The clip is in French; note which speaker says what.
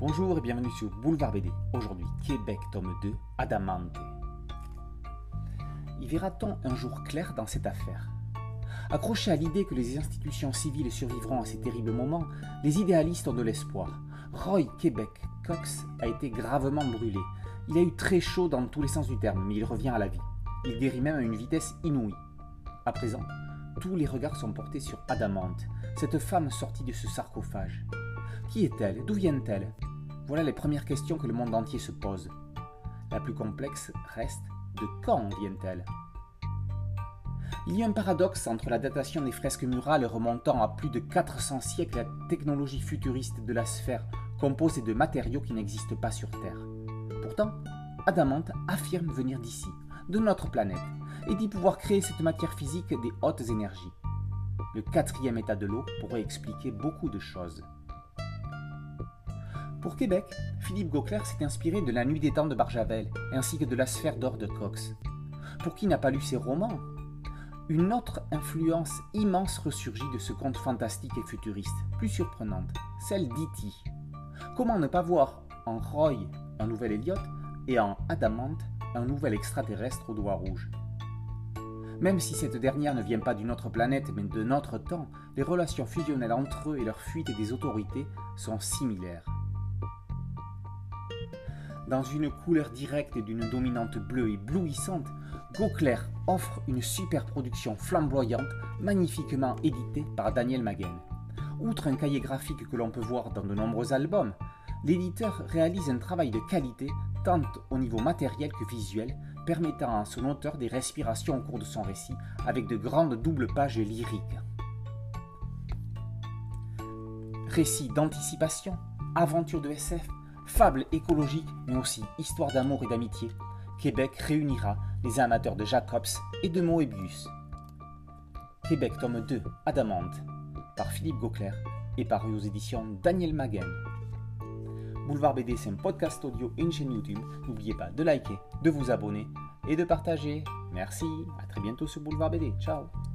Speaker 1: Bonjour et bienvenue sur Boulevard BD. Aujourd'hui, Québec, tome 2, Adamante. Y verra-t-on un jour clair dans cette affaire ? Accrochés à l'idée que les institutions civiles survivront à ces terribles moments, les idéalistes ont de l'espoir. Roy Québec Cox a été gravement brûlé. Il a eu très chaud dans tous les sens du terme, mais il revient à la vie. Il guérit même à une vitesse inouïe. À présent, tous les regards sont portés sur Adamante, cette femme sortie de ce sarcophage. Qui est-elle ? D'où vient-elle ? Voilà les premières questions que le monde entier se pose. La plus complexe reste de quand vient-elle ? Il y a un paradoxe entre la datation des fresques murales remontant à plus de 400 siècles et la technologie futuriste de la sphère composée de matériaux qui n'existent pas sur Terre. Pourtant, Adamante affirme venir d'ici, de notre planète, et d'y pouvoir créer cette matière physique des hautes énergies. Le quatrième état de l'eau pourrait expliquer beaucoup de choses. Pour Québec, Philippe Gauclair s'est inspiré de La Nuit des Temps de Barjavel, ainsi que de La Sphère d'or de Cox. Pour qui n'a pas lu ses romans ? Une autre influence immense ressurgit de ce conte fantastique et futuriste, plus surprenante, celle d'E.T. Comment ne pas voir en Roy un nouvel Elliot et en Adamante un nouvel extraterrestre aux doigts rouges ? Même si cette dernière ne vient pas d'une autre planète mais de notre temps, les relations fusionnelles entre eux et leur fuite des autorités sont similaires. Dans une couleur directe et d'une dominante bleue éblouissante, Gauclair offre une super production flamboyante, magnifiquement éditée par Daniel Maguen. Outre un cahier graphique que l'on peut voir dans de nombreux albums, l'éditeur réalise un travail de qualité tant au niveau matériel que visuel, permettant à son auteur des respirations au cours de son récit avec de grandes doubles pages lyriques. Récits d'anticipation, aventures de SF, fables écologiques, mais aussi histoire d'amour et d'amitié, Québec réunira les amateurs de Jacobs et de Moebius. Québec tome 2, Adamante, par Philippe Gauclair et paru aux éditions Daniel Maguen. Boulevard BD, c'est un podcast audio et une chaîne YouTube. N'oubliez pas de liker, de vous abonner et de partager. Merci, à très bientôt sur Boulevard BD. Ciao.